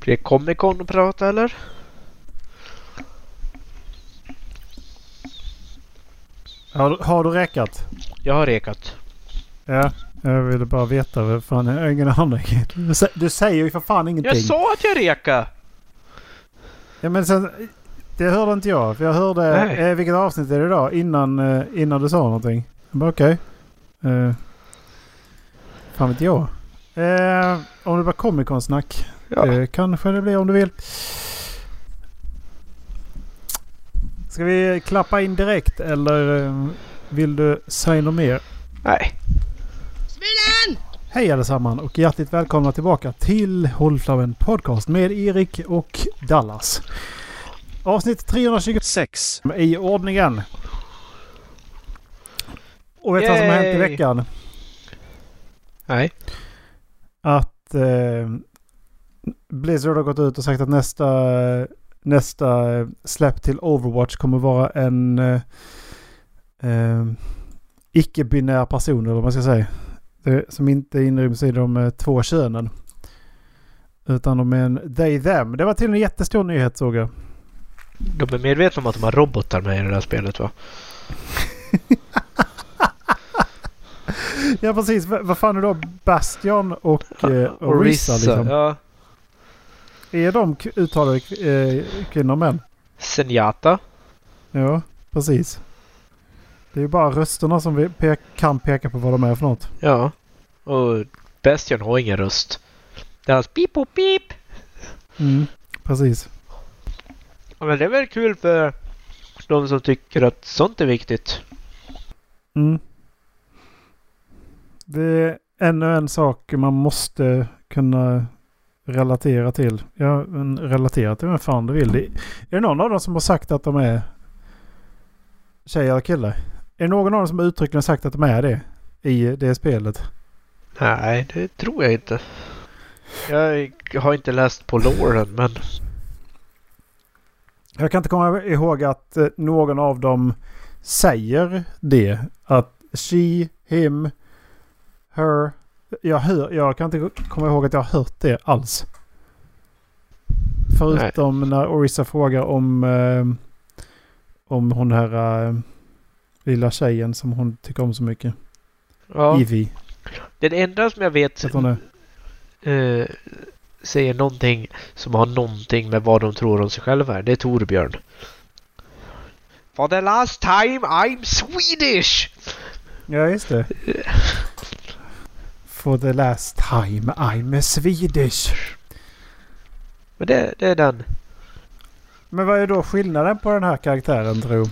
Det är Comic Con att prata eller? Har du räkat? Jag har rekat. Ja, jag ville bara veta. Vad fan, jag har ingen aning. Du säger ju för fan ingenting. Jag sa att jag reka! Ja, men sen... Det hörde inte jag. För jag hörde... vilket avsnitt är det idag? Innan du sa någonting. Jag bara okej. Fan vet jag. Om det var Comic Con-snack. Ja. Kanske det blir om du vill. Ska vi klappa in direkt eller vill du säga något mer? Nej. Smilen! Hej allesammans och hjärtligt välkomna tillbaka till Hållflaven podcast med Erik och Dallas. Avsnitt 326 i ordningen. Och vet du vad som har hänt i veckan? Nej. Att Blizzard har gått ut och sagt att nästa släpp till Overwatch kommer vara en icke-binär person, eller vad man ska säga. Som inte inryms i de två könen. Utan de är en they-them. Det var till en jättestor nyhet, såg jag. De är medvetna om att de har robotar med i det här spelet, va? Ja, precis. Vad fan är då Bastion och Orisa liksom? Ja. Är de uttalade kvinnor och män? Zenyatta. Ja, precis. Det är ju bara rösterna som vi kan peka på vad de är för något. Ja. Och Bastion har ingen röst. Det är hans pip och pip. Precis. Ja, men det är väl kul för de som tycker att sånt är viktigt. Det är ännu en sak man måste kunna relatera till. Ja, men relatera till vem fan du vill. Är det någon av dem som har sagt att de är tjej eller kille? Är det någon av dem som har uttryckligen sagt att de är det i det spelet? Nej, det tror jag inte. Jag har inte läst på loren, men... Jag kan inte komma ihåg att någon av dem säger det. Att she, him, her. Jag kan inte komma ihåg att jag har hört det alls. Förutom när Orisa frågar om hon här lilla tjejen som hon tycker om så mycket. Ja. Evie. Den enda som jag vet säger någonting som har någonting med vad de tror om sig själva. Det är Torbjörn. For the last time I'm Swedish! Ja, just det. For the last time I'm Swedish. Men det är den. Men vad är då skillnaden på den här karaktären, tror?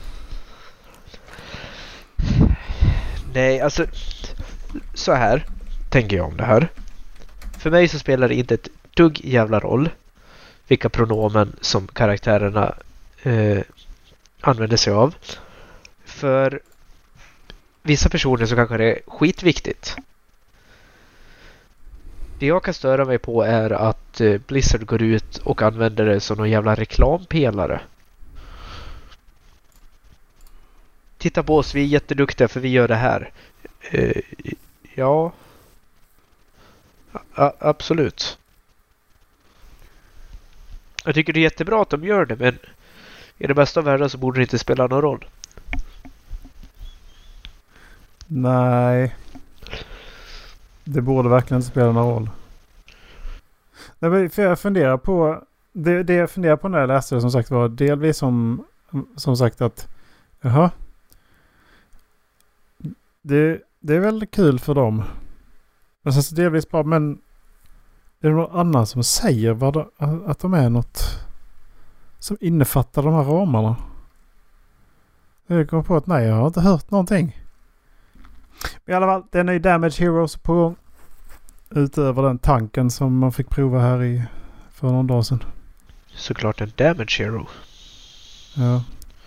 Nej, alltså så här tänker jag om det här. För mig så spelar det inte ett dugg jävla roll vilka pronomen som karaktärerna använder sig av. För vissa personer så kanske det är skitviktigt. Det jag kan störa mig på är att Blizzard går ut och använder det som någon jävla reklampelare. Titta på oss, vi är jätteduktiga för vi gör det här. Ja. Absolut. Jag tycker det är jättebra att de gör det, men i det bästa av världen så borde det inte spela någon roll. Nej. Det borde verkligen inte spela någon roll. Nej, för jag funderar på... Det jag funderar på när jag läste det, som sagt, var delvis som sagt att... Jaha. Det är väl kul för dem. Men sen så delvis bara... Men är det någon annan som säger att de är något som innefattar de här ramarna? Jag kommer på att nej, jag har inte hört någonting. I alla fall, det är en ny Damage Heroes på gång. Utöver den tanken som man fick prova här för någon dag sedan. Såklart en Damage Hero. Ja.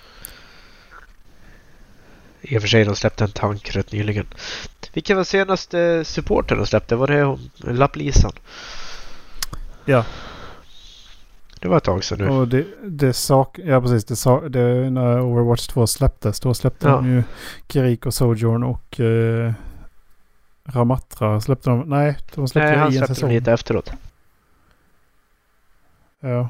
I och för sig, de släppte en tank rätt nyligen. Vilken var senaste supporten de släppte? Var det Lapplisan? Ja. Det var ett tag sedan nu. Och ja, precis. Det när Overwatch 2 släpptes. Då släppte de ju Kirik och Sojourn och Ramatra. Släppte de? Nej, de släppte han i en släppte säsong. lite efteråt. Ja.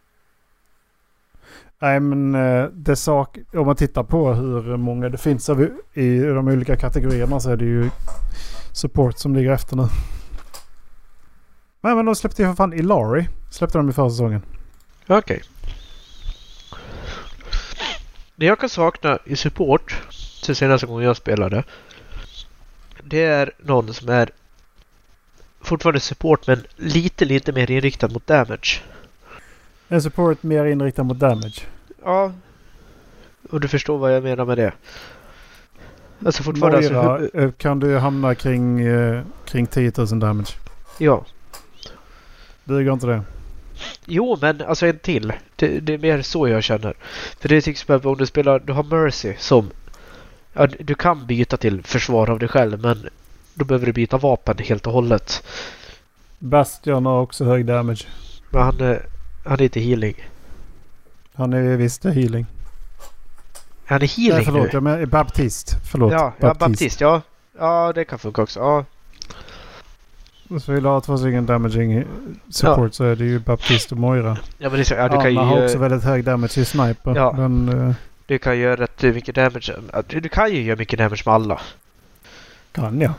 Nej, men om man tittar på hur många det finns i de olika kategorierna så är det ju support som ligger efter nu. Nej, men de släppte ju för fan Illari. Släppte de i förra säsongen. Okej. Det jag kan sakna i support till senaste gången jag spelade, det är någon som är fortfarande support men lite mer inriktad mot damage. En support mer inriktad mot damage. Ja. Och du förstår vad jag menar med det. Alltså fortfarande Moira, kan du hamna kring 10 000 damage? Ja. Duger inte det? Jo, men alltså en till. Det är mer så jag känner. För det är till exempel om du har Mercy som du kan byta till försvar av dig själv, men då behöver du byta vapen helt och hållet. Bastion har också hög damage. Men han är inte healing. Han är visst healing. Han är healing. Nej, förlåt, jag menar Baptist. Förlåt. Ja, Baptist, ja. Ja, det kan funka också. Ja. Så vill du ha 2 stycken damaging support så är det ju Baptist och Moira. Ja, men du kan ju har också väldigt hög damage i sniper. Ja. Men, du kan göra rätt mycket damage. Du kan ju göra mycket damage med alla. Kan jag.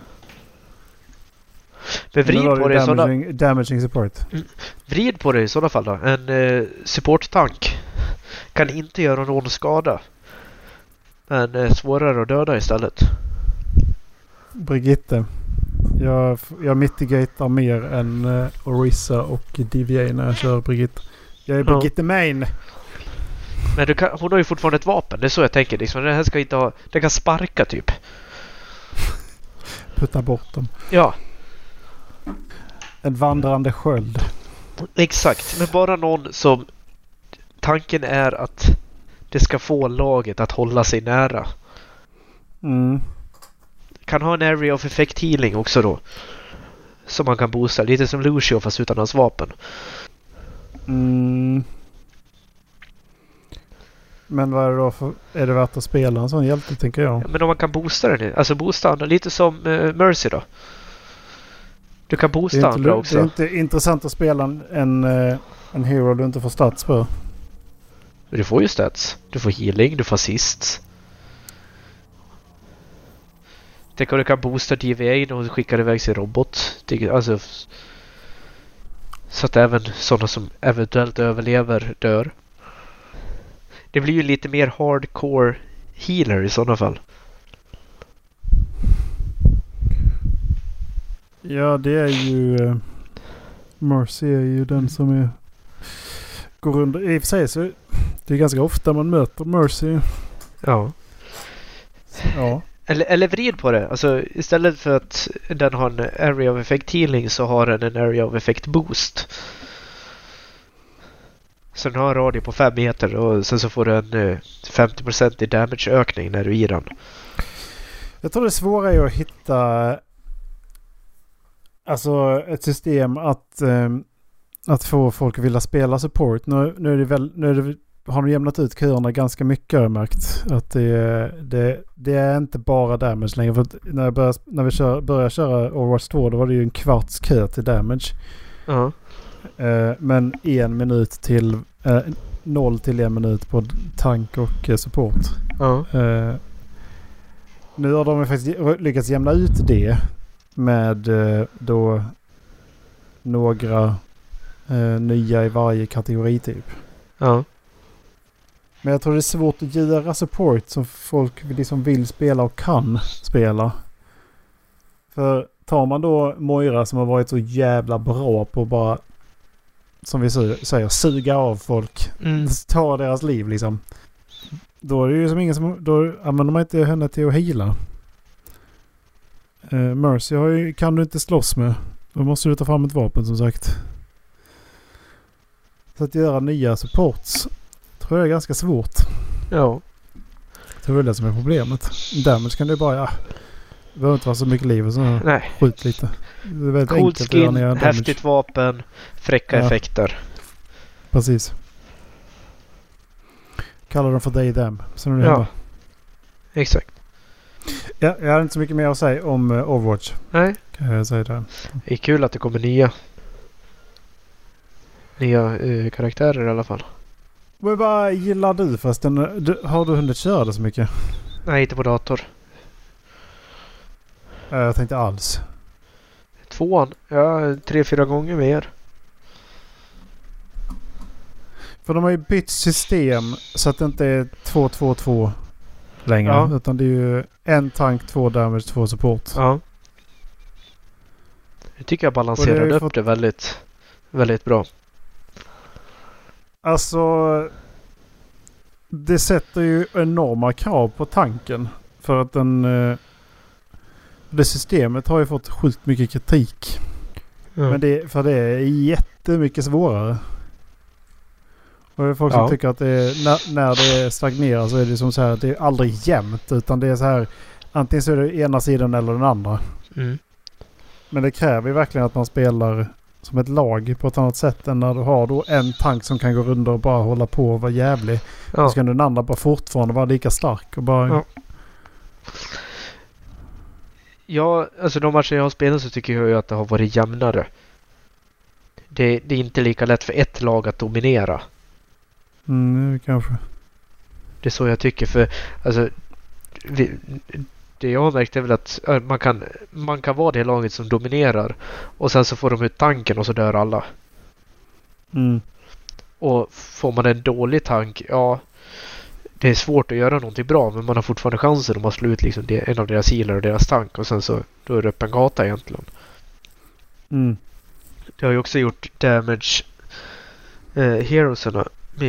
Men vrid på det i sådana... Damaging support. Vrid på det i sådana fall då. En support-tank kan inte göra någon skada. Men svårare att döda istället. Brigitte. Jag mitigatar mer än Orisa och DVA när jag kör Brigitte. Jag är Brigitte main. Men hon har ju fortfarande ett vapen. Det är så jag tänker. Liksom. Den här ska inte ha... Den kan sparka typ. Putta bort dem. Ja. En vandrande sköld. Exakt. Men bara någon som... Tanken är att det ska få laget att hålla sig nära. Mm. Kan ha en area of effect healing också då. Som man kan boosta. Lite som Lucio fast utan hans vapen. Mm. Men vad är det då för... Är det värt att spela en sån hjälte, tänker jag? Ja, men om man kan boosta den. Alltså boosta den. Lite som Mercy då. Du kan boosta andra också. Det är inte intressant att spela en hero du inte får stats på. Du får ju stats. Du får healing. Du får assist. Tänk om du kan boosta DVA när hon skickar iväg sin robot. Alltså, så att även sådana som eventuellt överlever dör. Det blir ju lite mer hardcore healer i sådana fall. Ja, det är ju... Mercy är ju den som går under... I och för sig så det är ganska ofta man möter Mercy. Ja. Ja. Eller vrid på det. Alltså istället för att den har en area of effect healing så har den en area of effect boost. Så den har en radie på 5 meter och sen så får du en 50% i damage-ökning när du är i den. Jag tror det svåra är att hitta alltså ett system att få folk att vilja spela support. Nu är det väl, har de jämnat ut köerna ganska mycket, har jag märkt. Att det är inte bara damage längre. För när vi började köra Overwatch 2 då var det ju en kvarts kö till damage. Uh-huh. Men 1 minut till 0 till 1 minut på tank och support. Uh-huh. Nu har de faktiskt lyckats jämna ut det med då några nya i varje kategori typ. Ja. Men jag tror det är svårt att göra support som folk liksom vill spela och kan spela. För tar man då Moira som har varit så jävla bra på bara, som vi säger, suga av folk. Ta deras liv liksom. Då är det ju som ingen som... Då använder man inte henne till att heala. Mercy kan du inte slåss med. Då måste du ta fram ett vapen som sagt. Så att göra nya supports tror jag är ganska svårt. Ja. Det är väl det som är problemet. Damage kan du bara... det behöver inte vara så mycket liv och så. Nej. Skjut lite. Det är väldigt coolt enkelt skin, häftigt vapen, fräcka effekter. Precis. Kallar dem för they them. Så nu hemma. Exakt. Ja, jag har inte så mycket mer att säga om Overwatch. Nej. Kan jag säga det. Det är kul att det kommer nya. nya karaktärer i alla fall. Men vad gillar du förresten? Har du hunnit köra det så mycket? Nej, inte på dator. Jag tänkte alls. 2:an, ja, 3-4 gånger mer. För de har ju bytt system så att det inte är 2-2-2 längre. Ja. Utan det är ju en tank, 2 damage, 2 support. Ja. Jag tycker jag balanserade upp det väldigt, väldigt bra. Alltså, det sätter ju enorma krav på tanken. För att det systemet har ju fått sjukt mycket kritik. Mm. Men det är jättemycket svårare. Och det är folk som tycker att det är, när det stagnerar så är det som så här att det är aldrig jämnt. Utan det är så här, antingen så är det ena sidan eller den andra. Mm. Men det kräver ju verkligen att man spelar som ett lag på ett annat sätt än när du har då en tank som kan gå runt och bara hålla på och vara jävlig. Ja. Så kan den andra bara fortfarande vara lika stark och bara... Ja. Ja, alltså de matcher jag har spelat så tycker jag ju att det har varit jämnare. Det är inte lika lätt för ett lag att dominera. Kanske. Det är så jag tycker, för alltså det jag har märkt är väl att man kan vara det laget som dominerar och sen så får de ut tanken och så dör alla. Mm. Och får man en dålig tank, ja, det är svårt att göra någonting bra, men man har fortfarande chansen om man slår ut liksom en av deras healer och deras tank och sen så då är det upp en gata egentligen. Mm. Det har ju också gjort damage heroesarna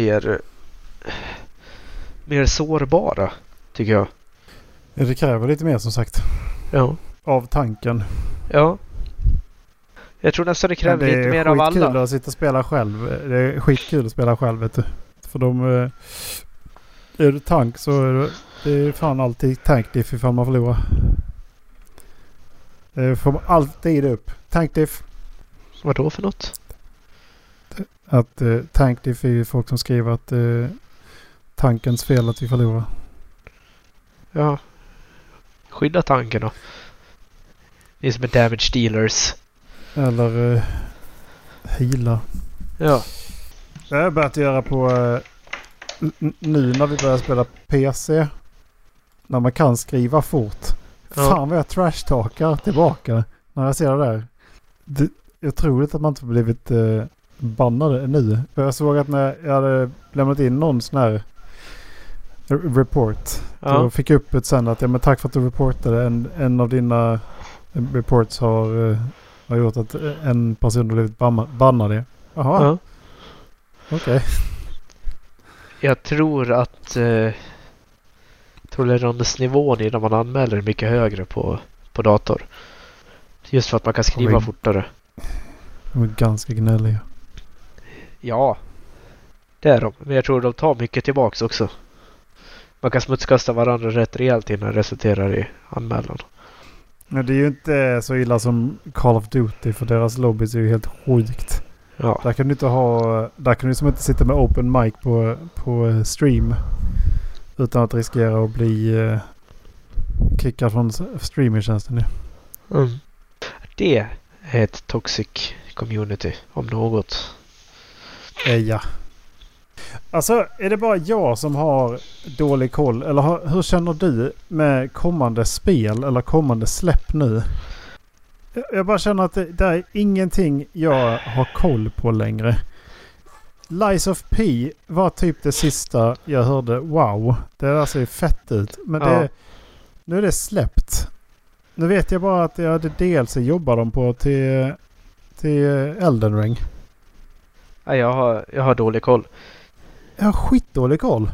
mer sårbara, tycker jag. Det kräver lite mer som sagt. Ja. Av tanken. Ja. Jag tror nästan det kräver lite mer av alla. Det är skitkul att sitta och spela själv. Det är skitkul att spela själv, vet du. För är du tank så är det är fan alltid tank diff ifall man förlorar. Det får man alltid upp. Tank diff. Vad då för något? Att tank diff är ju folk som skriver att tankens fel att vi förlorar. Ja. Skydda tanken då. Det är som är damage dealers. Eller heala. Ja. Det har jag börjat göra på nu när vi börjar spela PC. När man kan skriva fort. Ja. Fan vad jag trashtalkar tillbaka när jag ser det där. Jag tror inte att man inte blivit bannade nu. För jag såg att när jag hade lämnat in någon sån här report. Ja. Då fick jag upp ett sen att men tack för att du reportade. En av dina reports har gjort att en person har blivit bannad. Jaha. Ja. Okej. Jag tror att toleransnivån när man anmäler är mycket högre på dator. Just för att man kan skriva fortare. De är ganska gnälliga. Ja, det är de. Men jag tror de tar mycket tillbaks också. Man kan smutskasta varandra rätt rejält innan det resulterar i anmälan. Men det är ju inte så illa som Call of Duty, för deras lobbys är ju helt sjukt. Ja. Där kan du som inte sitta med open mic på stream utan att riskera att bli kickad från streamingtjänsten. Mm. Det är ett toxic community om något. Ja. Alltså, är det bara jag som har dålig koll? Eller hur känner du med kommande spel eller kommande släpp nu? Jag bara känner att det är ingenting jag har koll på längre. Lies of P var typ det sista jag hörde. Wow, det där ser fett ut. Men nu är det släppt. Nu vet jag bara att det DLC jobbar de på till Elden Ring. Ja, jag har dålig koll. Jag har skitdålig koll.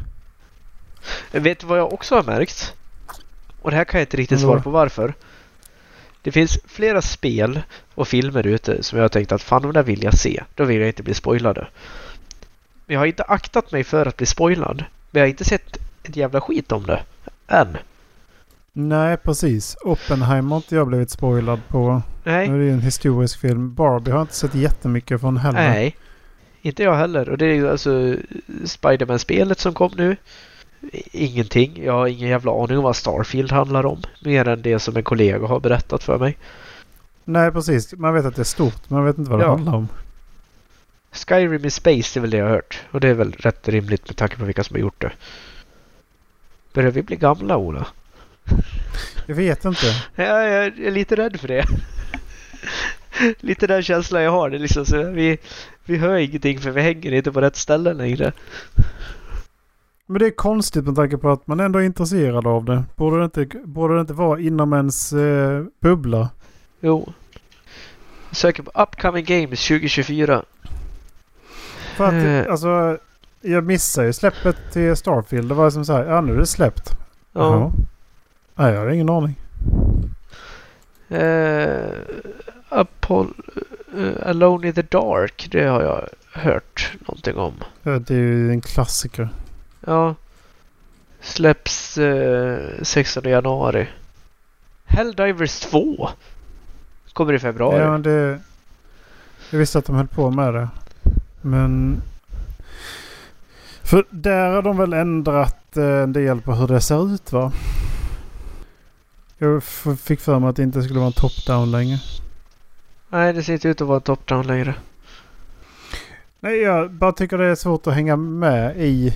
Vet du vad jag också har märkt? Och det här kan jag inte riktigt svara på varför. Det finns flera spel och filmer ute som jag har tänkt att fan, där vill jag se. Då vill jag inte bli spoilade. Men jag har inte aktat mig för att bli spoilad. Men jag har inte sett ett jävla skit om det. Än. Nej, precis. Oppenheimer har inte jag blivit spoilad på. Nej. Nu är det en historisk film. Barbie har jag inte sett jättemycket från heller. Nej, inte jag heller. Och det är ju alltså Spider-Man-spelet som kom nu. Ingenting. Jag har ingen jävla aning om vad Starfield handlar om. Mer än det som en kollega har berättat för mig. Nej, precis. Man vet att det är stort. Man vet inte vad det handlar om. Skyrim i Space är väl det jag har hört. Och det är väl rätt rimligt med tanke på vilka som har gjort det. Börjar vi bli gamla, Ola? Jag vet inte. Ja, jag är lite rädd för det. Lite den känslan jag har. Det är liksom så, vi hör ingenting för vi hänger inte på rätt ställe längre. Men det är konstigt med tanke på att man ändå är intresserad av det. Borde det inte vara inom ens bubbla? Jo. Jag söker på Upcoming Games 2024. För att alltså, jag missade ju släppet till Starfield. Det var som så här, ja nu är det släppt. Ja. Nej, jag har ingen aning. Alone in the Dark, det har jag hört någonting om. Ja, det är ju en klassiker. Ja. Släpps 16 januari. Helldivers 2 kommer i februari. Ja, men jag visste att de höll på med det. Men för där har de väl ändrat en del på hur det ser ut, va? Jag fick för mig att det inte skulle vara en top-down längre. Nej, det ser inte ut att vara en top-down längre. Nej, jag bara tycker det är svårt att hänga med i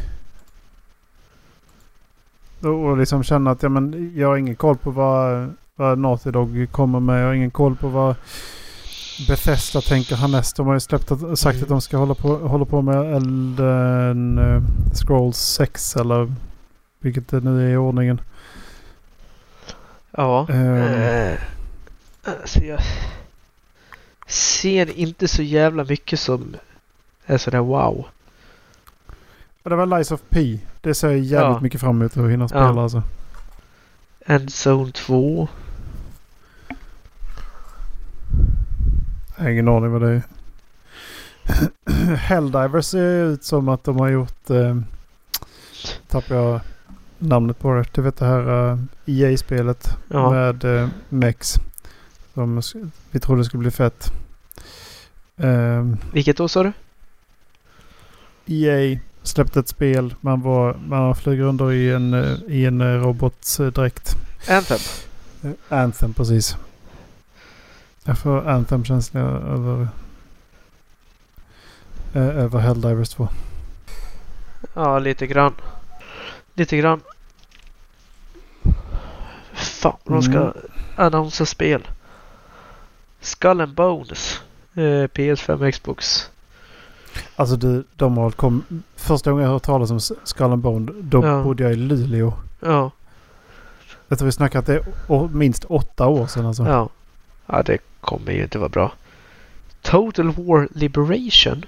och liksom känna att jag har ingen koll på vad Naughty Dog kommer med. Jag har ingen koll på vad Bethesda tänker härnäst. De har ju sagt att de ska hålla på med Elden Scrolls 6 eller vilket det nu är i ordningen. Ja. Alltså jag ser inte så jävla mycket som är sådär wow. Det var Lies of P. Det ser jag jävligt mycket fram emot att hinna spela alltså. Endzone 2. Jag har ingen aning vad det är. Helldivers ser ut som att de har gjort tappar jag namnet på det. Du vet det här EA-spelet med Mex. Som vi trodde skulle bli fett. Vilket då sa du? EA släppte ett spel. Man flög under i en robotdräkt. Anthem, precis. Jag får Anthem-känsla över Helldivers 2. Ja, lite grann. Fan, de ska annonsera spel. Skull and Bones. PS5 Xbox. Alltså de har första gången jag hört talas om Skull and Bones, då bodde jag i Luleå. Ja. Jag tror vi snackat det minst 8 år sedan alltså. Ja, det kommer ju inte vara bra. Total War Liberation?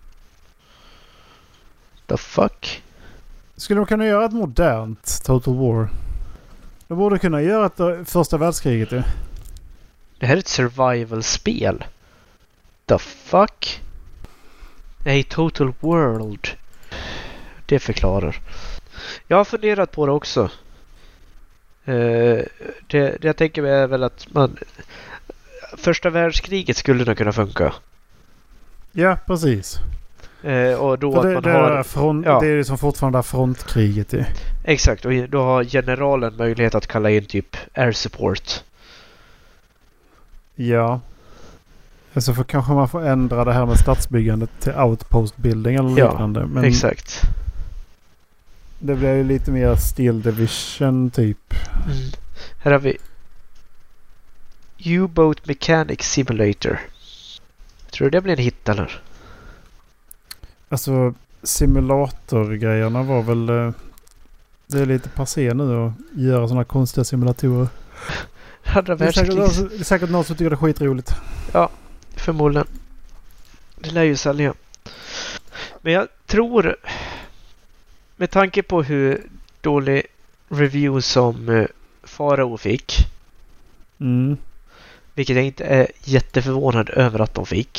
The fuck? Skulle de kunna göra ett modernt Total War? De borde kunna göra ett första världskriget. Ja. Det här är ett survival-spel. The fuck? Nej, Total World. Det förklarar. Jag har funderat på det också. Det jag tänker mig är väl att första världskriget skulle nog kunna funka. Ja, precis. Och då för att man har... Det är liksom fortfarande frontkriget. Ja. Exakt, och då har generalen möjlighet att kalla in typ air support. Ja. Så för kanske man får ändra det här med stadsbyggandet till outpost-building eller liknande. Men exakt. Det blir ju lite mer Steel Division typ. Här har vi U-Boat Mechanic Simulator. Tror du det blir en hit eller? Alltså simulatorgrejerna var väl det är lite passé nu att göra sådana konstiga simulatorer. Det är säkert någon som tycker det är skitroligt. Ja, förmodligen. Det lär ju sälja. Men jag tror, med tanke på hur dålig review som Farao fick, vilket jag inte är jätteförvånad över att de fick.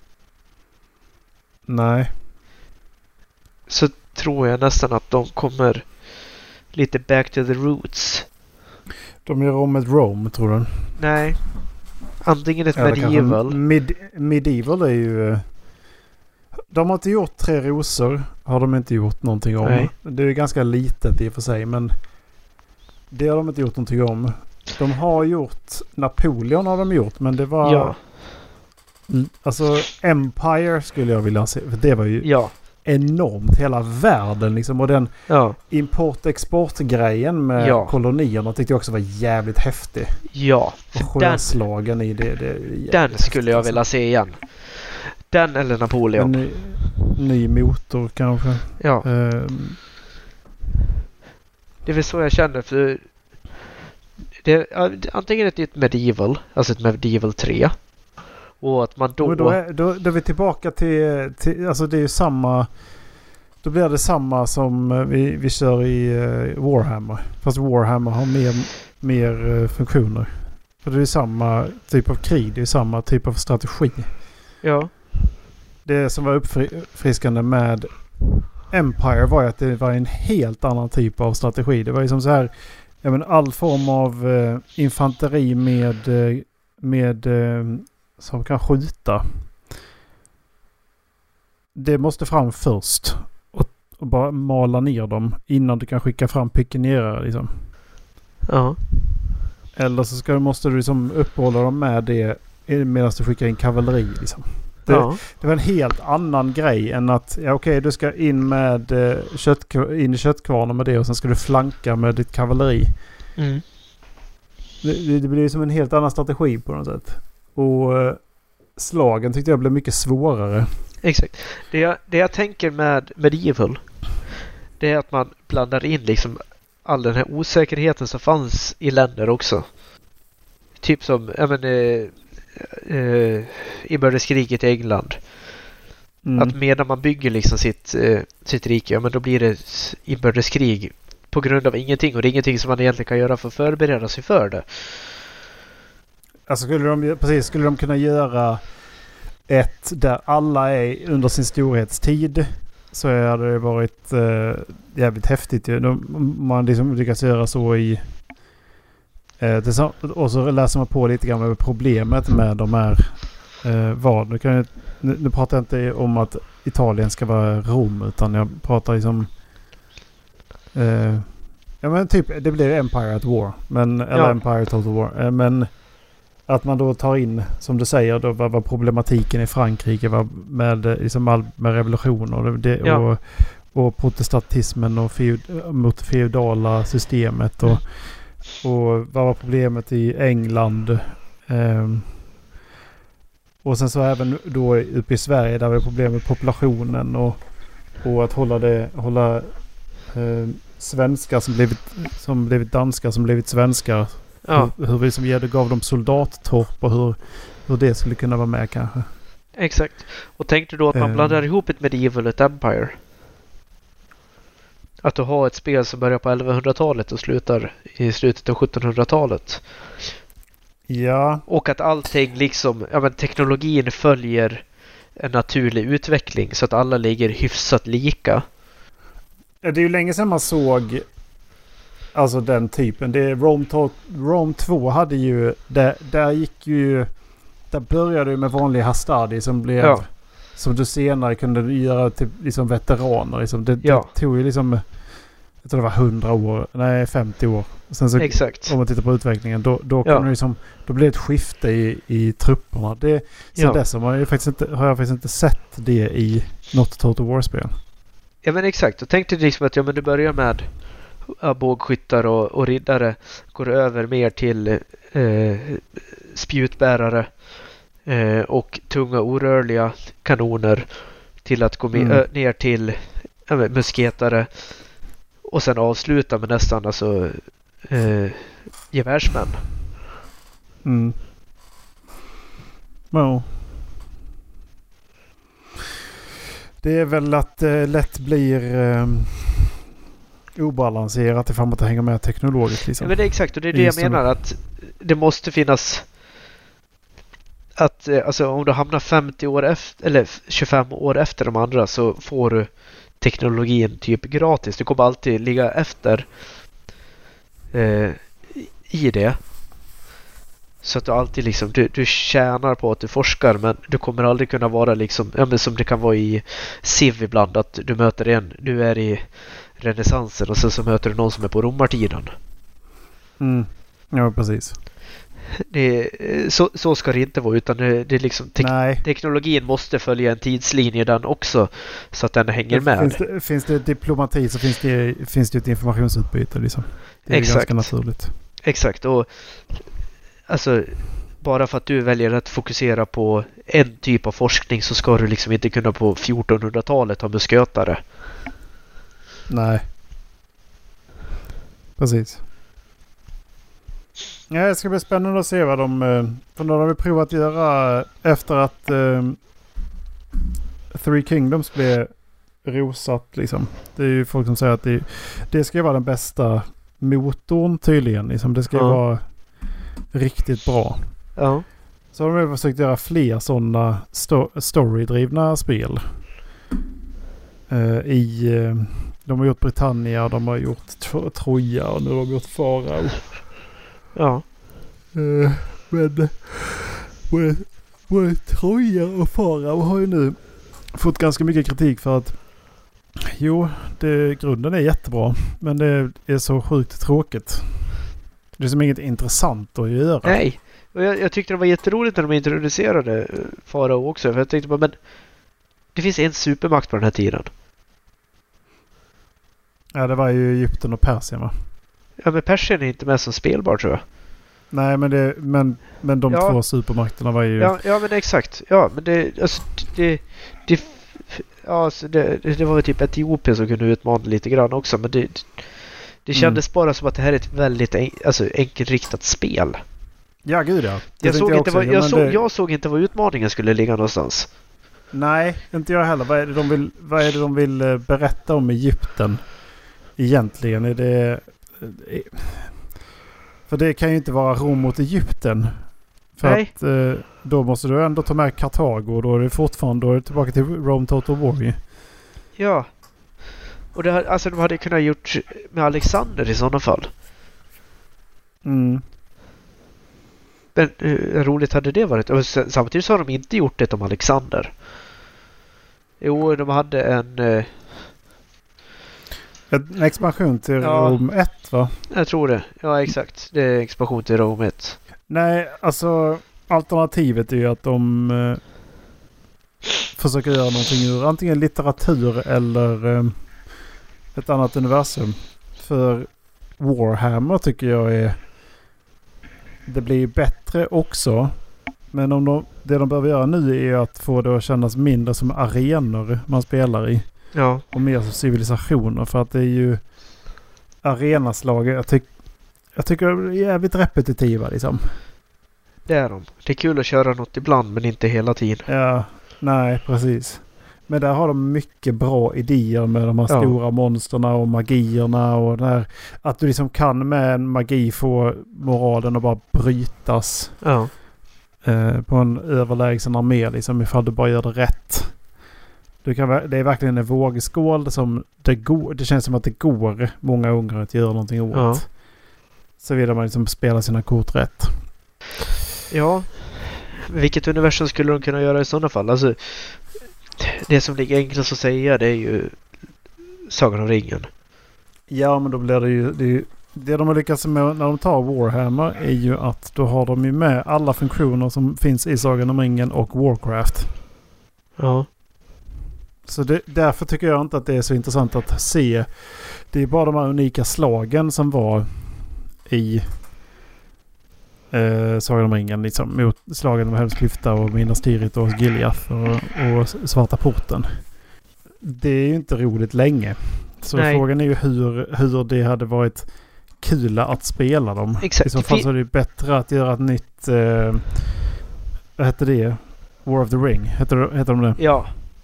Nej. Så tror jag nästan att de kommer lite back to the roots. De gör om ett Rome, tror du? Nej. Antingen ett medieval. Medieval är ju... De har inte gjort Tre Rosor. Har de inte gjort någonting om. Nej. Det är ganska litet i och för sig. Men det har de inte gjort någonting om. De har gjort... Napoleon har de gjort. Men det var... Ja. Alltså Empire skulle jag vilja se. För det var ju enormt. Hela världen liksom. Och den import-export-grejen med kolonierna tyckte jag också var jävligt häftig. Ja. Och sjöslagen i det den skulle jag vilja se igen. Den eller Napoleon. En ny motor kanske. Ja. Det är väl så jag känner, för det antingen ett nytt Medieval, alltså ett Medieval 3, och att man då är vi tillbaka till alltså det är ju samma, då blir det samma som vi kör i Warhammer, fast Warhammer har mer funktioner, för det är samma typ av krig, det är samma typ av strategi. Ja. Det som var uppfriskande med Empire var ju att det var en helt annan typ av strategi. Det var ju som så här, all form av infanteri med som kan skjuta. Det måste fram först och bara mala ner dem innan du kan skicka fram pikenierare liksom. Ja. Eller så måste du liksom uppehålla dem med det medan du skickar in kavalleri liksom. Det var en helt annan grej än att du ska in med in i köttkvarnen med det och sen ska du flanka med ditt kavalleri. Mm. Det blir som en helt annan strategi på något sätt. Och slagen tyckte jag blev mycket svårare. Exakt. Det jag tänker med Medieval, det är att man blandar in liksom all den här osäkerheten som fanns i länder också. Typ som inbördeskriget i England. Att medan man bygger liksom sitt rike, men då blir det inbördeskrig på grund av ingenting, och det är ingenting som man egentligen kan göra för att förbereda sig för det. Alltså skulle de kunna göra ett där alla är under sin storhetstid, så hade det varit jävligt häftigt. Man liksom lyckas göra så i och så läser man på lite grann med problemet med de här nu pratar jag inte om att Italien ska vara Rom, utan jag pratar liksom typ det blir Empire at War, eller Empire Total War, men att man då tar in, som du säger då, vad problematiken i Frankrike var med liksom med revolutioner och protestantismen och mot feudala systemet och vad var problemet i England, och sen så även då uppe i Sverige där var det problem med populationen och att hålla svenskar som blivit danskar som blivit svenskar. Hur vi som gav dem soldattorp och hur det skulle kunna vara med kanske. Exakt. Och tänkte då att man blandar ihop ett Medieval och ett Empire. Att du har ett spel som börjar på 1100-talet och slutar i slutet av 1700-talet. Ja. Och att allting liksom, teknologin följer en naturlig utveckling så att alla ligger hyfsat lika. Det är ju länge sedan man såg alltså den typen. Rome 2 hade ju där började det med vanlig Hastadi som blev som du senare kunde göra till liksom veteraner liksom. Det tog ju liksom, jag tror det var 100 år, nej 50 år. Sen så, exakt. Om man tittar på utvecklingen då kunde det liksom, då blev det ett skifte i trupperna. Sen dess har jag faktiskt inte sett det i något Total War-spel. Ja, men exakt. Och tänkte liksom att du börjar med bågskyttar och riddare, går över mer till spjutbärare och tunga orörliga kanoner, till att gå ner till musketare och sen avsluta med nästan alltså gevärsmän. Ja. Det är väl att lätt blir obalanserat ifall man inte hänger med teknologiskt liksom. Ja, men det är exakt, och det är det jag menar, att det måste finnas att alltså om du hamnar 50 år efter eller 25 år efter de andra, så får du teknologin typ gratis. Du kommer alltid ligga efter i det. Så att du alltid liksom, du tjänar på att du forskar, men du kommer aldrig kunna vara liksom, men som det kan vara i Civ ibland, att du möter du är i renässansen och så möter du någon som är på romartiden. Ja, precis. så ska det inte vara, utan det är liksom teknologin måste följa en tidslinje den också, så att den hänger med. Finns det diplomati så finns det ett informationsutbyte liksom. Det är ganska naturligt. Exakt, och alltså bara för att du väljer att fokusera på en typ av forskning så ska du liksom inte kunna på 1400-talet ha muskötare. Nej. Precis. Ja, det ska bli spännande att se vad de... För nu har vi provat att göra efter att Three Kingdoms blev rosat liksom. Det är ju folk som säger att det ska vara den bästa motorn tydligen. Liksom. Det ska vara riktigt bra. Ja. Så har de försökt göra fler sådana storydrivna spel. De har gjort Britannia, de har gjort Troja och nu har de gjort Farao. Ja. Men både Troja och Farao har ju nu fått ganska mycket kritik för att grunden är jättebra, men det är så sjukt tråkigt. Det är som inget intressant att göra. Nej, och jag tyckte det var jätteroligt när de introducerade Farao också, för jag tänkte bara, men det finns en supermakt på den här tiden. Ja, det var ju Egypten och Persien, va? Ja, men Persien är inte med som spelbar, tror jag. Nej, men de två supermakterna var ju... Ja, men exakt. Ja, men det var typ Etiopien som kunde utmana lite grann också, men det kändes bara som att det här är ett väldigt enkelriktat spel. Ja, gud ja. Jag såg inte vad utmaningen skulle ligga någonstans. Nej, inte jag heller. Vad är det de vill berätta om Egypten egentligen? Är det... För det kan ju inte vara Rom mot Egypten. För att då måste du ändå ta med Kartago och då är det tillbaka till Rome Total War. Ja. Och de hade kunnat gjort med Alexander i sådana fall. Mm. Men hur roligt hade det varit? Och samtidigt så har de inte gjort det om Alexander. Jo, de hade en expansion till Rom 1, va? Jag tror det. Ja, exakt. Det är expansion till Rom 1. Nej, alltså alternativet är ju att de försöker göra någonting ur antingen litteratur eller ett annat universum. För Warhammer tycker jag det blir bättre också. Men det de behöver göra nu är att få det att kännas mindre som arenor man spelar i. Ja. Och mer som civilisationer. För att det är ju arenaslag. Jag tycker de är jävligt repetitiva liksom. Det är de. Det är kul att köra något ibland men inte hela tiden. Ja, nej precis. Men där har de mycket bra idéer med de här stora monsterna och magierna och där att du liksom kan med en magi få moralen att bara brytas på en överlägsen armé liksom, ifall du bara gör det rätt. Det är verkligen en vågskål som det känns som att det går många gånger att göra någonting åt. Ja. Så vill man liksom spela sina kort rätt. Ja, vilket universum skulle de kunna göra i sådana fall? Alltså, det som ligger enklast att säga, det är ju Sagan om ringen. Ja, men då blir det ju... Det de har lyckats med när de tar Warhammer är ju att då har de ju med alla funktioner som finns i Sagan om ringen och Warcraft. Ja. Så därför tycker jag inte att det är så intressant att se. Det är bara de här unika slagen som var i Sagan om ringen liksom, mot slagen om Helmsklyfta och Minas Tirith och Giliath och Svarta porten. Det är ju inte roligt länge. Så frågan är ju hur det hade varit kul att spela dem. Exakt. I så fall så är det bättre att göra ett nytt vad heter det? War of the Ring. Heter de det? Ja.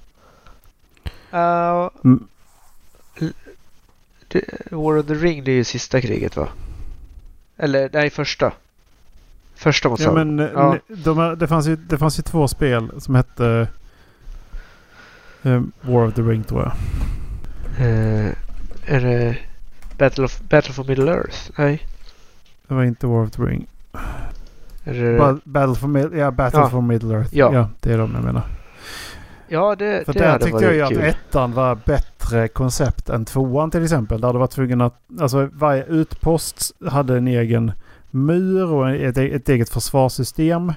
War of the Ring, det är ju sista kriget, va? Eller nej, första måste jag. Men det fanns ju två spel som hette War of the Ring, tror jag. Är det Battle for Middle Earth? Nej. Det var inte War of the Ring. Är det Battle for Middle Earth. Ja, det är de jag menar. Ja, det för där tyckte jag ju att ettan var bättre koncept än tvåan till exempel. Där det var tvungen att... Alltså varje utpost hade en egen mur och ett eget försvarssystem.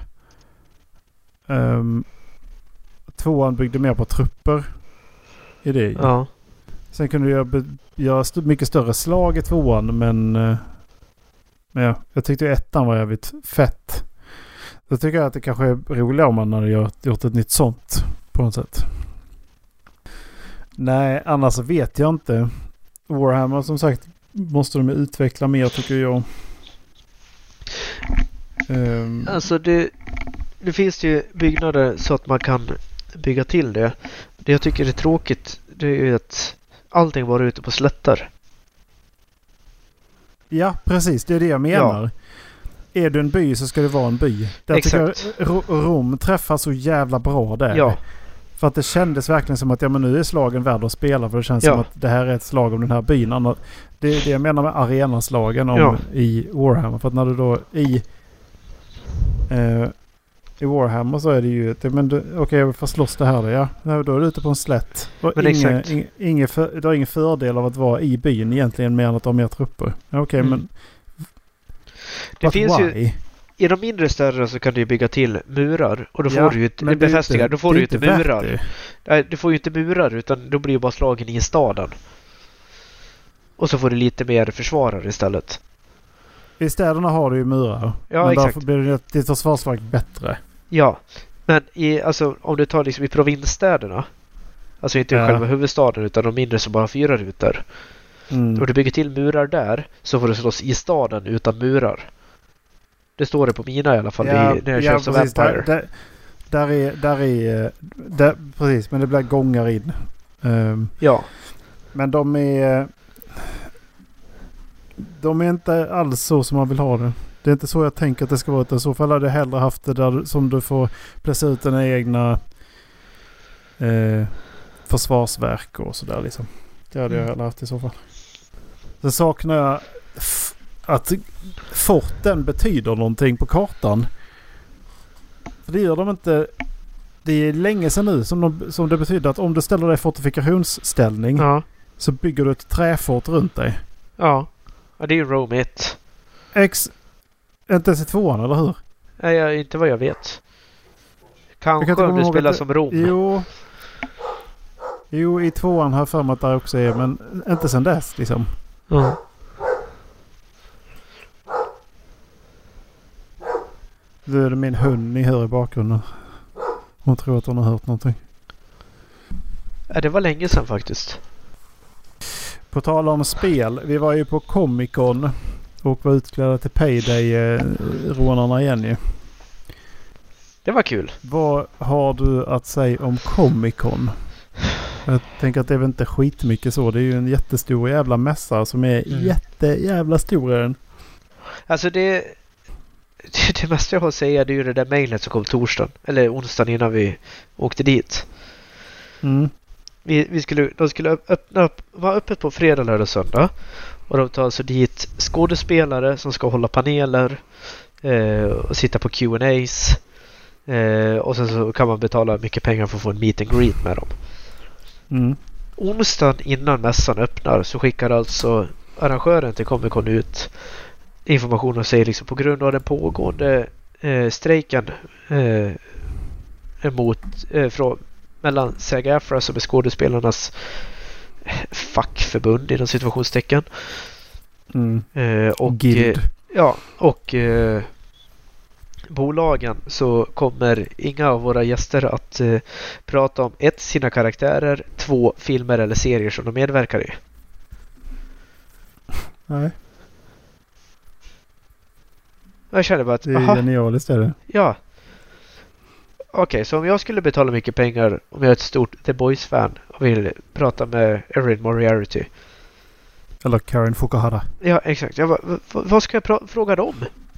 2 byggde mer på trupper i det. Ja. Sen kunde du göra mycket större slag i 2, men ja, jag tyckte 1 var jävligt fett. Då tycker jag att det kanske är roligare om man hade gjort ett nytt sånt på något sätt. Nej, annars vet jag inte. Warhammer som sagt måste de utveckla mer tycker jag. Alltså det finns ju byggnader så att man kan bygga till det. Det jag tycker är tråkigt det är ju att allting var ute på slättar. Ja, precis. Det är det jag menar. Ja. Är du en by så ska det vara en by. Där exakt. Tycker jag Rom träffar så jävla bra där. Ja. För att det kändes verkligen som att ja, men nu är slagen värd att spela. För det känns som att det här är ett slag om den här byn. Det är det jag menar med arenaslagen i Warhammer. För att när du då i Warhammer så är det ju okej, jag får slåss det här då. Ja, då är du ute på en slätt. Och du har ingen fördel av att vara i byn egentligen mer än att ha mer trupper. Okej, men det finns ju i de mindre städerna så kan du bygga till murar och då får du ju befästningar. Då får du ju inte murar. Nej, du får ju inte murar utan då blir ju bara slagen i staden. Och så får du lite mer försvarare istället. I städerna har du ju murar. Ja, men exakt. Därför blir ditt försvarsverk bättre. Ja, men om du tar liksom i provinsstäderna, alltså inte själva huvudstaden utan de mindre som bara har 4 rutor. Och du bygger till murar där så får du slåss i staden utan murar. Det står det på mina i alla fall när jag kör som Empire. Där precis, men det blir gångar in. Ja. Men de är inte alls så som man vill ha det. Det är inte så jag tänker att det ska vara. Utan i så fall hade jag hellre haft det där som du får placera ut dina egna försvarsverk och sådär liksom. Det hade jag hellre haft i så fall. Sen saknar jag att forten betyder någonting på kartan. För det gör de inte. Det är länge sedan nu som det betyder att om du ställer dig i fortifikationsställning så bygger du ett träfort runt dig. Ja, det är ju Rome 1. Inte ens i 2:an, eller hur? Nej, inte vad jag vet. Kanske om du spelar som Rom. Jo, i 2:an har jag för mig att det också är, men inte sen dess liksom. Ja. Det är min hund ni hör i bakgrunden. Hon tror att hon har hört någonting. Ja, det var länge sedan faktiskt. På tal om spel. Vi var ju på Comic Con och var utklädda till Payday-rånarna igen ju. Det var kul. Vad har du att säga om Comic Con? Jag tänker att det är väl inte skitmycket så. Det är ju en jättestor jävla mässa som är jättejävla stor i den. Alltså det mesta jag har att säga det är ju det där mejlet som kom torsdagen. Eller onsdagen innan vi åkte dit. De skulle vara öppet på fredag, lördag och söndag. Och de tar alltså dit skådespelare som ska hålla paneler och sitta på Q&As. Och sen så kan man betala mycket pengar för att få en meet and greet med dem. Onsdagen innan mässan öppnar så skickar alltså arrangören till Comic Con ut information och säger liksom på grund av den pågående strejken mellan SAG-AFTRA som är skådespelarnas fackförbund inom situationstecken och Guild. Och bolagen så kommer inga av våra gäster att prata om 1. Sina karaktärer, 2. filmer eller serier som de medverkar i. Nej. Jag känner bara att det är genialiskt är det. Ja. Okej, så om jag skulle betala mycket pengar om jag är ett stort The Boys-fan och vill prata med Erin Moriarty. Eller Karen Fukuhara. Ja, exakt. Vad ska jag fråga dem?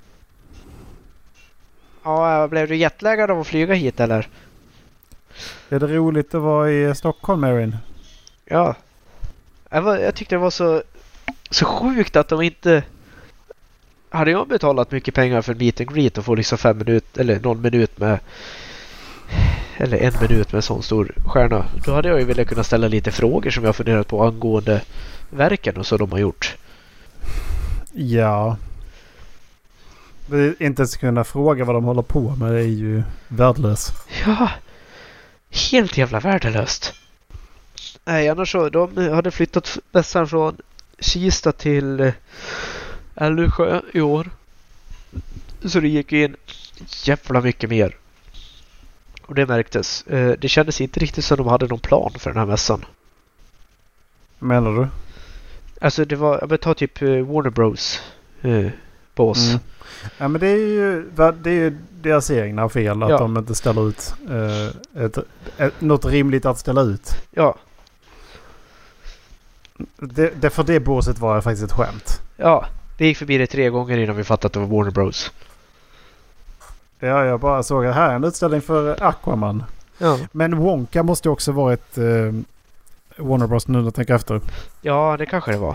Ja, blev du jetlaggad av att flyga hit eller? Är det roligt att vara i Stockholm, Erin? Ja. Jag tyckte det var så sjukt att de inte... Hade jag betalat mycket pengar för meet and greet och få liksom 5 minuter eller någon minut med eller 1 minut med en sån stor stjärna, då hade jag ju velat kunna ställa lite frågor som jag funderat på angående verken och så de har gjort. Ja. Inte ens kunna fråga vad de håller på med, det är ju värdelöst. Ja, helt jävla värdelöst. Nej, annars så, de hade flyttat mässan från Kista till Älvsjö i år. Så det gick in jävla mycket mer. Och det märktes. Det kändes inte riktigt som de hade någon plan för den här mässan. Menar du? Alltså det var, jag vill ta typ Warner Bros. På oss. Ja, men det är ju deras egna fel att de inte ställer ut något rimligt att ställa ut. Ja. Det för det båset var faktiskt ett skämt. Ja, vi gick förbi det 3 gånger innan vi fattade att det var Warner Bros. Ja, jag bara såg att här är en utställning för Aquaman. Ja. Men Wonka måste också vara ett Warner Bros nu när jag tänker efter. Ja, det kanske det var.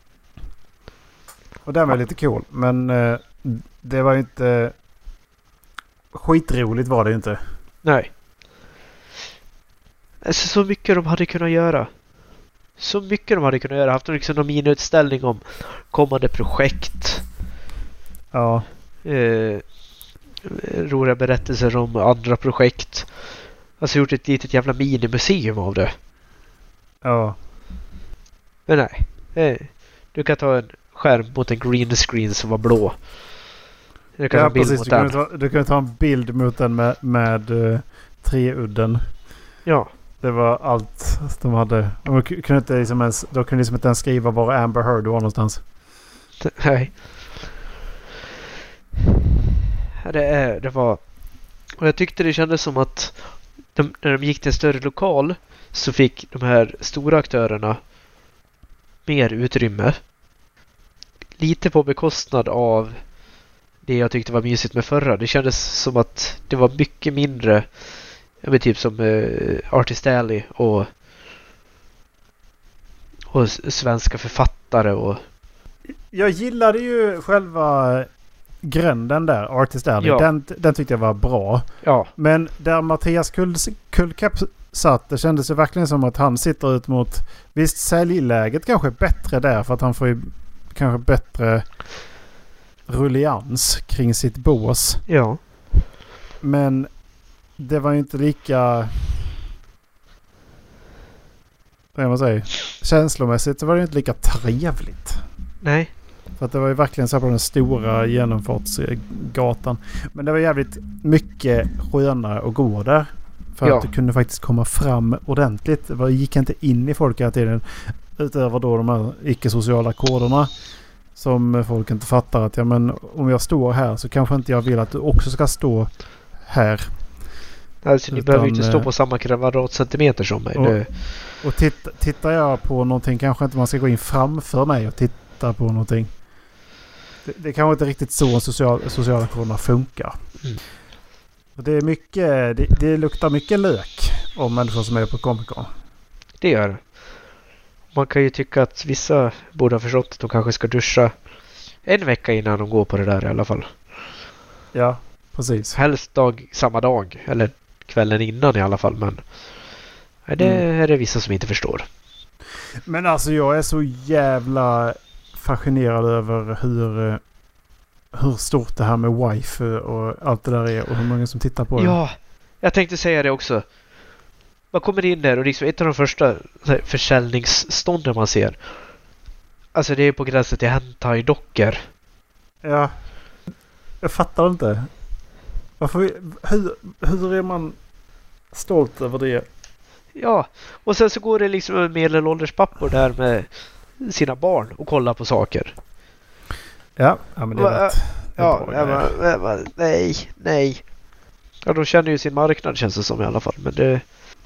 Och den var lite cool. Men det var ju inte... Skitroligt var det inte. Nej. Alltså så mycket de hade kunnat göra. Så mycket de hade kunnat göra. Haft liksom någon miniutställning om kommande projekt. Ja. Roliga berättelser om andra projekt. Alltså gjort ett litet jävla minimuseum av det. Ja. Men nej. Du kan ta en skärm mot en green screen som var blå. Du kan ta en bild precis. mot den. Du kan ta en bild mot den med treudden. Ja. Det var allt de hade. De kunde inte inte ens skriva var Amber Heard var någonstans. Nej. Det var... Och jag tyckte det kändes som att när de gick till en större lokal så fick de här stora aktörerna mer utrymme. Lite på bekostnad av det jag tyckte var mysigt med förra. Det kändes som att det var mycket mindre typ som Artist Alley och svenska författare och... Jag gillade ju själva gränden där, Artist Alley. Ja. Den tyckte jag var bra. Ja. Men där Mattias Kullkapp satt, det kändes ju verkligen som att han sitter ut mot... Visst, säljläget kanske är bättre där för att han får ju kanske bättre rullians kring sitt bås. Ja. Men det var ju inte lika... Vad man säger? Känslomässigt så var det inte lika trevligt. Nej. För att det var ju verkligen så på den stora genomfartsgatan. Men det var jävligt mycket skönare att gå där. För att du kunde faktiskt komma fram ordentligt. Det gick inte in i folk hela tiden. Utöver då de här icke-sociala koderna. Som folk inte fattar att men om jag står här så kanske inte jag vill att du också ska stå här. Alltså ni behöver ju inte stå på samma kvadratcentimeter som mig. Och tittar jag på någonting kanske inte man ska gå in framför mig och titta på någonting. Det kanske inte riktigt så sociala koderna funkar. Mm. Det är mycket, det luktar mycket lök om människor som är på Comic Con. Det gör det. Man kan ju tycka att vissa borde ha förstått att de kanske ska duscha 1 vecka innan de går på det där i alla fall. Ja, precis. Helst samma dag eller kvällen innan i alla fall, men det är det vissa som inte förstår. Men alltså jag är så jävla fascinerad över hur stort det här med wifi och allt det där är och hur många som tittar på det. Ja, jag tänkte säga det också. Man kommer in där och liksom ett av de första försäljningsstånden man ser. Alltså det är på gränsen till hentai-dockor. Ja. Jag fattar inte. Hur är man stolt över det? Ja, och sen så går det liksom medelålders pappor där med sina barn och kollar på saker. Ja, men det är rätt. Nej. Ja, de känner ju sin marknad känns det som i alla fall, men det...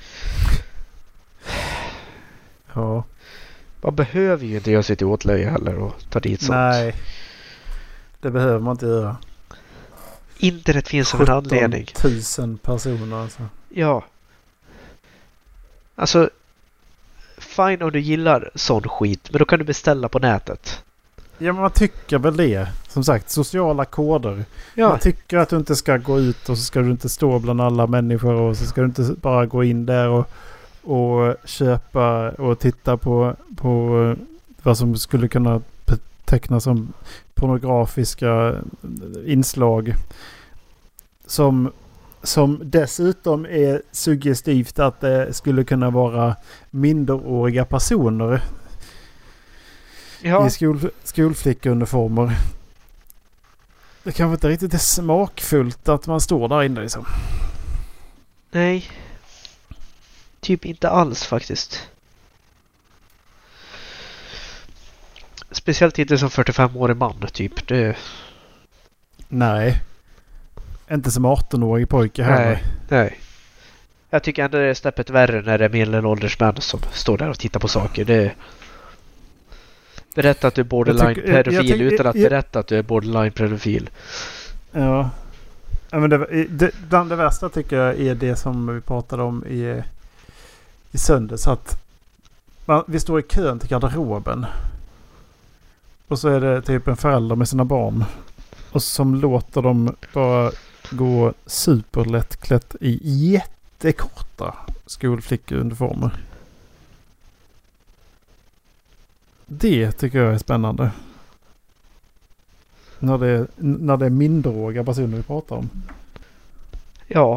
Ja. Man behöver ju inte göra sig till åtlöje heller och ta dit sånt. Nej, det behöver man inte göra. Internet finns som en anledning. 17 000 personer alltså. Ja. Alltså, fine om du gillar sån skit, men då kan du beställa på nätet. Ja, men man tycker väl det. Som sagt, sociala koder. Ja. Man tycker att du inte ska gå ut och så ska du inte stå bland alla människor och så ska du inte bara gå in där och köpa och titta på vad som skulle kunna tecknas som pornografiska inslag. Som dessutom är suggestivt att det skulle kunna vara minderåriga personer i skolflickeuniformer. Det kanske inte riktigt är smakfullt att man står där inne liksom. Nej. Typ inte alls faktiskt. Speciellt inte som 45-årig man typ. Nej. Inte som 18-årig pojke heller. Nej. Jag tycker ändå det är snäppet värre när det är medelålders män som står där och tittar på saker. Berätta att du är borderline-pedofil utan att berätta att du är borderline-pedofil. Ja. Men det värsta tycker jag är det som vi pratade om i söndags. Att vi står i kön till garderoben. Och så är det typ en förälder med sina barn. Och som låter dem bara gå superlättklätt i jättekorta skolflickeuniformer. Det tycker jag är spännande. När det är minderåriga personer vi pratar om. Ja.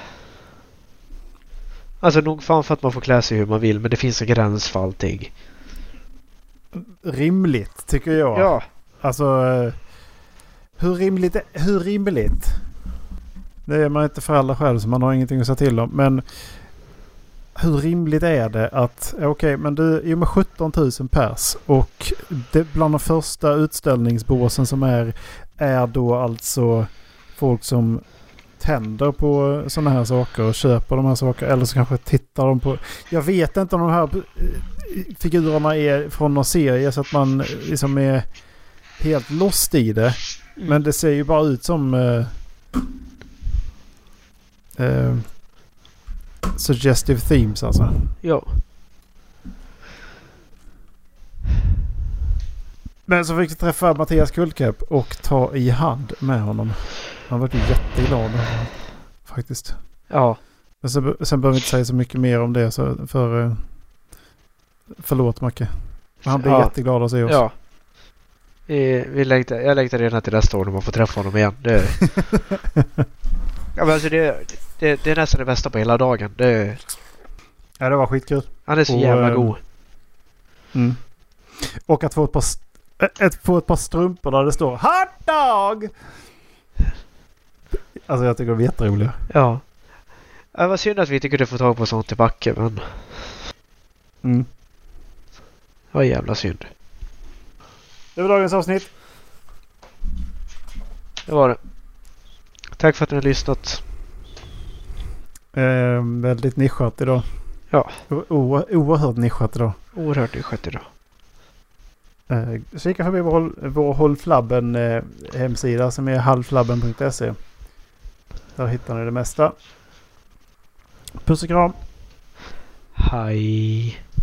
Alltså nog fan för att man får klä sig hur man vill, men det finns en gräns för allting. Rimligt tycker jag. Ja. Alltså hur rimligt? Det är man inte förälder själv så man har ingenting att säga till om. Men hur rimligt är det att men du är ju med 17 000 pers och det bland de första utställningsbåsen som är då alltså folk som tänder på sådana här saker och köper de här sakerna eller så kanske tittar de på. Jag vet inte om de här figurerna är från någon serie så att man liksom är helt lost i det. Men det ser ju bara ut som suggestive themes alltså. Ja. Men så fick vi träffa Mattias Kullkäpp och ta i hand med honom. Han var ju jätteglad faktiskt. Ja. Men sen behöver vi inte säga så mycket mer om det så förlåt Macke. Men han blev jätteglad att se oss. Ja. Jag längtar redan till nästa år när man får träffa honom igen. Ja, men alltså det är nästan det bästa på hela dagen. Ja, det var skitkul. Han är så jävla god. Mm. Och att få ett par strumpor där det står hot dog! Alltså jag tycker de är jätteroliga. Ja. Det var synd att vi inte kunde få tag på sånt i Backe, men... Mm. Det var jävla synd. Det var dagens avsnitt. Det var det. Tack för att ni har lyssnat. Väldigt nischat idag. Ja. Oerhört nischat idag. Oerhört nischat idag. Kika förbi vår Håll Flabben hemsida som är halvflabben.se. Där hittar ni det mesta. Puss och kram. Hej.